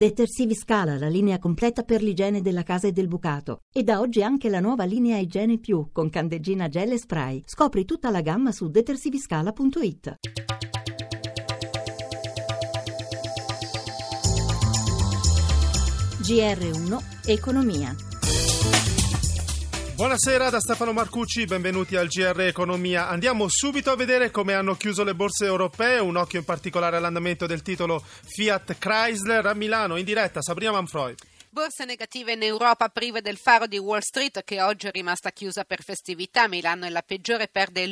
Detersivi Scala, la linea completa per l'igiene della casa e del bucato. E da oggi anche la nuova linea Igiene Più con candeggina gel e spray. Scopri tutta la gamma su detersiviscala.it. GR1 Economia. Buonasera da Stefano Marcucci, benvenuti al GR Economia. Andiamo subito a vedere come hanno chiuso le borse europee, un occhio in particolare all'andamento del titolo Fiat Chrysler. A Milano in diretta Sabrina Manfroi. Borse negative in Europa prive del faro di Wall Street, che oggi è rimasta chiusa per festività. Milano è la peggiore, perde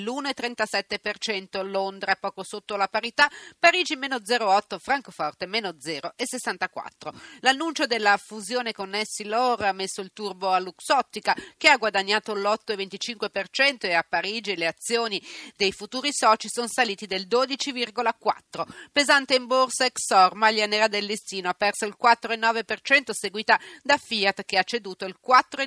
l'1,37%, Londra poco sotto la parità, Parigi meno 0,8%, Francoforte meno 0,64%. L'annuncio della fusione con Essilor ha messo il turbo a Luxottica, che ha guadagnato l'8,25%, e a Parigi le azioni dei futuri soci sono saliti del 12,4%. Pesante in borsa Exor, maglia nera del listino, ha perso il 4,9%, seguita da Fiat, che ha ceduto il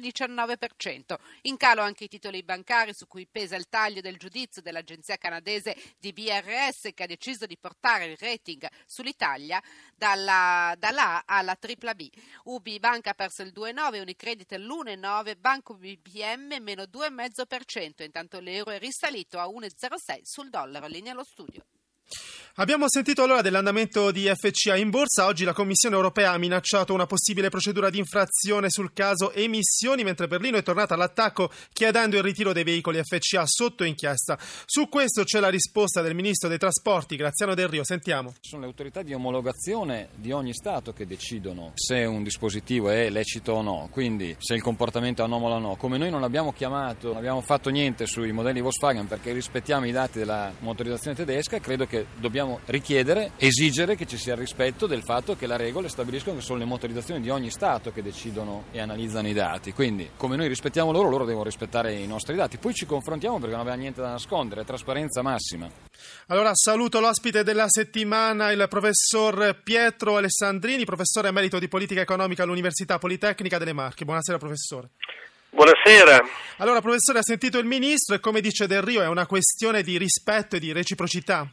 4,19%. In calo anche i titoli bancari, su cui pesa il taglio del giudizio dell'agenzia canadese DBRS, che ha deciso di portare il rating sull'Italia dalla A alla BBB. UBI Banca ha perso il 2,9%, Unicredit l'1,9%, Banco BPM meno 2,5%. Intanto l'euro è risalito a 1,06 sul dollaro. Linea allo studio. Abbiamo sentito allora dell'andamento di FCA in borsa. Oggi la Commissione europea ha minacciato una possibile procedura di infrazione sul caso emissioni, mentre Berlino è tornata all'attacco chiedendo il ritiro dei veicoli FCA sotto inchiesta. Su questo c'è la risposta del ministro dei trasporti Graziano Del Rio. Sentiamo. Sono le autorità di omologazione di ogni Stato che decidono se un dispositivo è lecito o no, quindi se il comportamento è anomalo o no. Come noi non abbiamo chiamato, non abbiamo fatto niente sui modelli Volkswagen perché rispettiamo i dati della motorizzazione tedesca, credo che dobbiamo richiedere, esigere che ci sia il rispetto del fatto che le regole stabiliscono che sono le motorizzazioni di ogni Stato che decidono e analizzano i dati. Quindi, come noi rispettiamo loro devono rispettare i nostri dati. Poi ci confrontiamo perché non abbiamo niente da nascondere, trasparenza massima. Allora saluto l'ospite della settimana, il professor Pietro Alessandrini, professore emerito di politica economica all'Università Politecnica delle Marche. Buonasera professore. Buonasera. Allora professore, ha sentito il ministro e come dice Del Rio è una questione di rispetto e di reciprocità?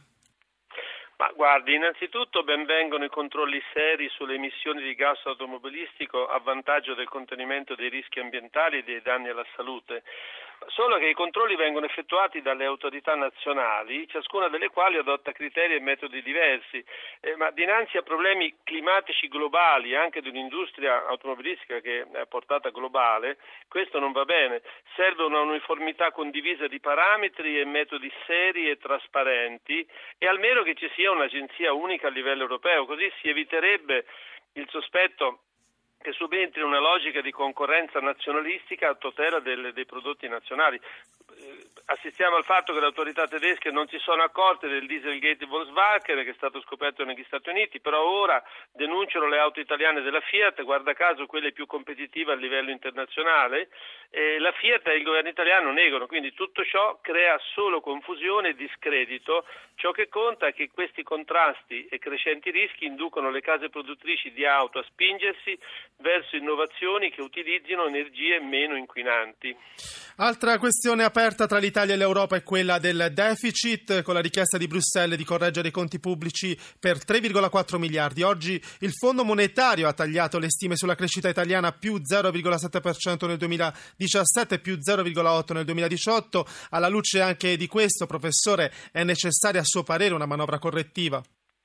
Ma guardi, innanzitutto benvengono i controlli seri sulle emissioni di gas automobilistico a vantaggio del contenimento dei rischi ambientali e dei danni alla salute. Solo che i controlli vengono effettuati dalle autorità nazionali, ciascuna delle quali adotta criteri e metodi diversi, ma dinanzi a problemi climatici globali, anche di un'industria automobilistica che è a portata globale, questo non va bene. Serve una uniformità condivisa di parametri e metodi seri e trasparenti, e almeno che ci sia un'agenzia unica a livello europeo, così si eviterebbe il sospetto che subentri una logica di concorrenza nazionalistica a tutela dei prodotti nazionali. Assistiamo al fatto che le autorità tedesche non si sono accorte del Dieselgate Volkswagen, che è stato scoperto negli Stati Uniti, però ora denunciano le auto italiane della Fiat, guarda caso quelle più competitive a livello internazionale, e la Fiat e il governo italiano negano, quindi tutto ciò crea solo confusione e discredito. Ciò che conta è che questi contrasti e crescenti rischi inducono le case produttrici di auto a spingersi verso innovazioni che utilizzino energie meno inquinanti. Altra questione aperta tra l'Italia e l'Europa è quella del deficit, con la richiesta di Bruxelles di correggere i conti pubblici per 3,4 miliardi. Oggi il Fondo Monetario ha tagliato le stime sulla crescita italiana più 0,7% nel 2017 e più 0,8% nel 2018. Alla luce anche di questo, professore, è necessaria a suo parere una manovra correttiva?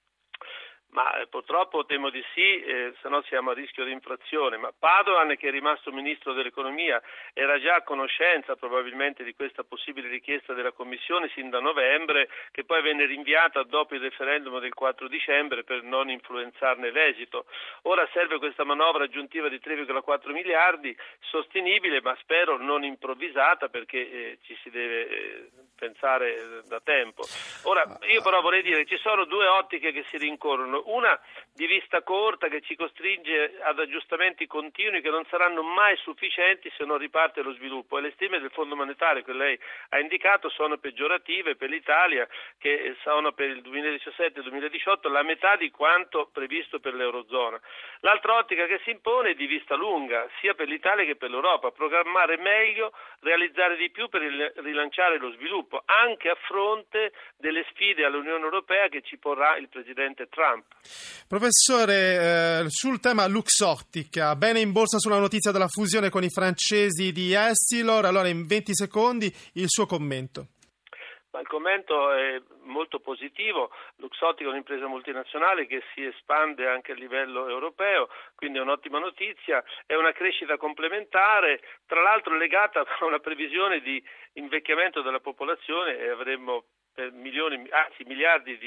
Ma purtroppo temo di sì, se no siamo a rischio di infrazione. Ma Padoan, che è rimasto ministro dell'economia, era già a conoscenza probabilmente di questa possibile richiesta della Commissione sin da novembre, che poi venne rinviata dopo il referendum del 4 dicembre per non influenzarne l'esito. Ora serve questa manovra aggiuntiva di 3,4 miliardi, sostenibile ma spero non improvvisata, perché ci si deve pensare da tempo. Ora, io però vorrei dire che ci sono due ottiche che si rincorrono. Una di vista corta, che ci costringe ad aggiustamenti continui che non saranno mai sufficienti se non riparte lo sviluppo, e le stime del Fondo Monetario che lei ha indicato sono peggiorative per l'Italia, che sono per il 2017-2018 la metà di quanto previsto per l'Eurozona. L'altra ottica che si impone è di vista lunga, sia per l'Italia che per l'Europa: programmare meglio, realizzare di più per rilanciare lo sviluppo, anche a fronte delle sfide all'Unione Europea che ci porrà il presidente Trump. Professore, sul tema Luxottica, bene in borsa sulla notizia della fusione con i francesi di Essilor, allora in 20 secondi il suo commento. Ma il commento è molto positivo. Luxottica è un'impresa multinazionale che si espande anche a livello europeo, quindi è un'ottima notizia, è una crescita complementare, tra l'altro legata a una previsione di invecchiamento della popolazione e avremmo per miliardi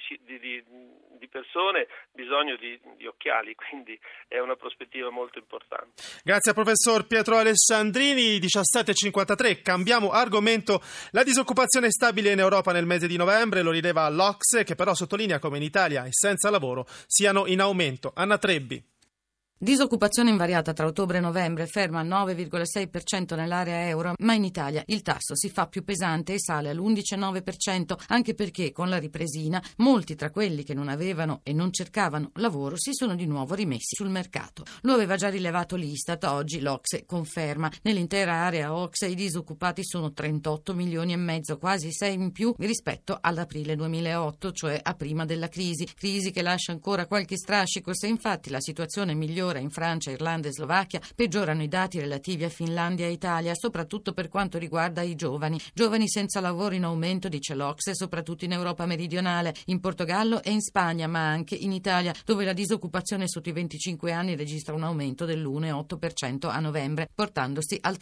di persone bisogno di occhiali, quindi è una prospettiva molto importante. Grazie al professor Pietro Alessandrini. 17.53, cambiamo argomento. La disoccupazione è stabile in Europa nel mese di novembre, lo rileva l'OCSE, che però sottolinea come in Italia i senza lavoro siano in aumento. Anna Trebbi. Disoccupazione invariata tra ottobre e novembre, ferma al 9,6% nell'area euro, ma in Italia il tasso si fa più pesante e sale all'11,9%, anche perché con la ripresina molti tra quelli che non avevano e non cercavano lavoro si sono di nuovo rimessi sul mercato. Lo aveva già rilevato l'Istat, oggi l'OCSE conferma. Nell'intera area OCSE i disoccupati sono 38 milioni e mezzo, quasi 6 in più rispetto all'aprile 2008, cioè a prima della crisi che lascia ancora qualche strascico. Se infatti la situazione migliora in Francia, Irlanda e Slovacchia, peggiorano i dati relativi a Finlandia e Italia, soprattutto per quanto riguarda i giovani senza lavoro in aumento, dice l'OCSE, soprattutto in Europa meridionale, in Portogallo e in Spagna, ma anche in Italia, dove la disoccupazione sotto i 25 anni registra un aumento dell'1,8% a novembre, portandosi al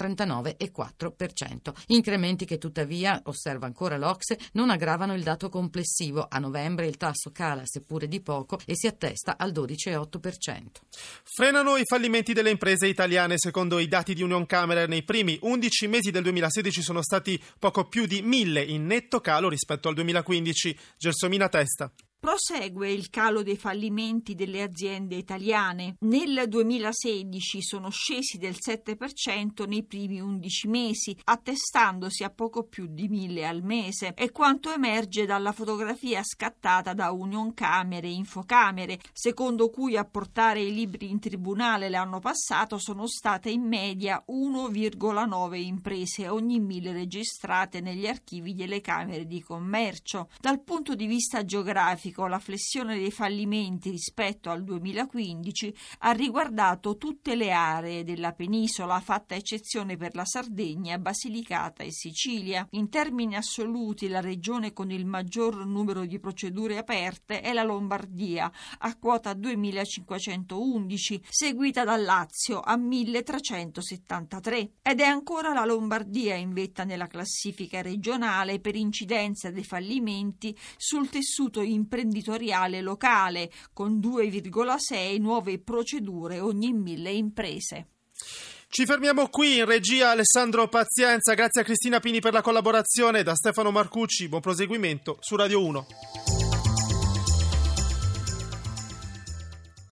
39,4%. Incrementi che tuttavia, osserva ancora l'OCSE, non aggravano il dato complessivo. A novembre il tasso cala seppure di poco e si attesta al 12,8%. Frenano i fallimenti delle imprese italiane. Secondo i dati di Unioncamere, nei primi 11 mesi del 2016 sono stati poco più di 1.000 in netto calo rispetto al 2015. Gelsomina Testa. Prosegue il calo dei fallimenti delle aziende italiane. Nel 2016 sono scesi del 7% nei primi 11 mesi, attestandosi a poco più di 1.000 al mese. È quanto emerge dalla fotografia scattata da Unioncamere e Infocamere, secondo cui a portare i libri in tribunale l'anno passato sono state in media 1,9 imprese ogni 1.000 registrate negli archivi delle Camere di Commercio. Dal punto di vista geografico, la flessione dei fallimenti rispetto al 2015 ha riguardato tutte le aree della penisola, fatta eccezione per la Sardegna, Basilicata e Sicilia. In termini assoluti, la regione con il maggior numero di procedure aperte è la Lombardia, a quota 2.511, seguita dal Lazio a 1.373. Ed è ancora la Lombardia in vetta nella classifica regionale per incidenza dei fallimenti sul tessuto imprenditoriale locale, con 2,6 nuove procedure ogni 1.000 imprese. Ci fermiamo qui. In regia Alessandro Pazienza, grazie a Cristina Pini per la collaborazione. Da Stefano Marcucci, buon proseguimento su Radio 1.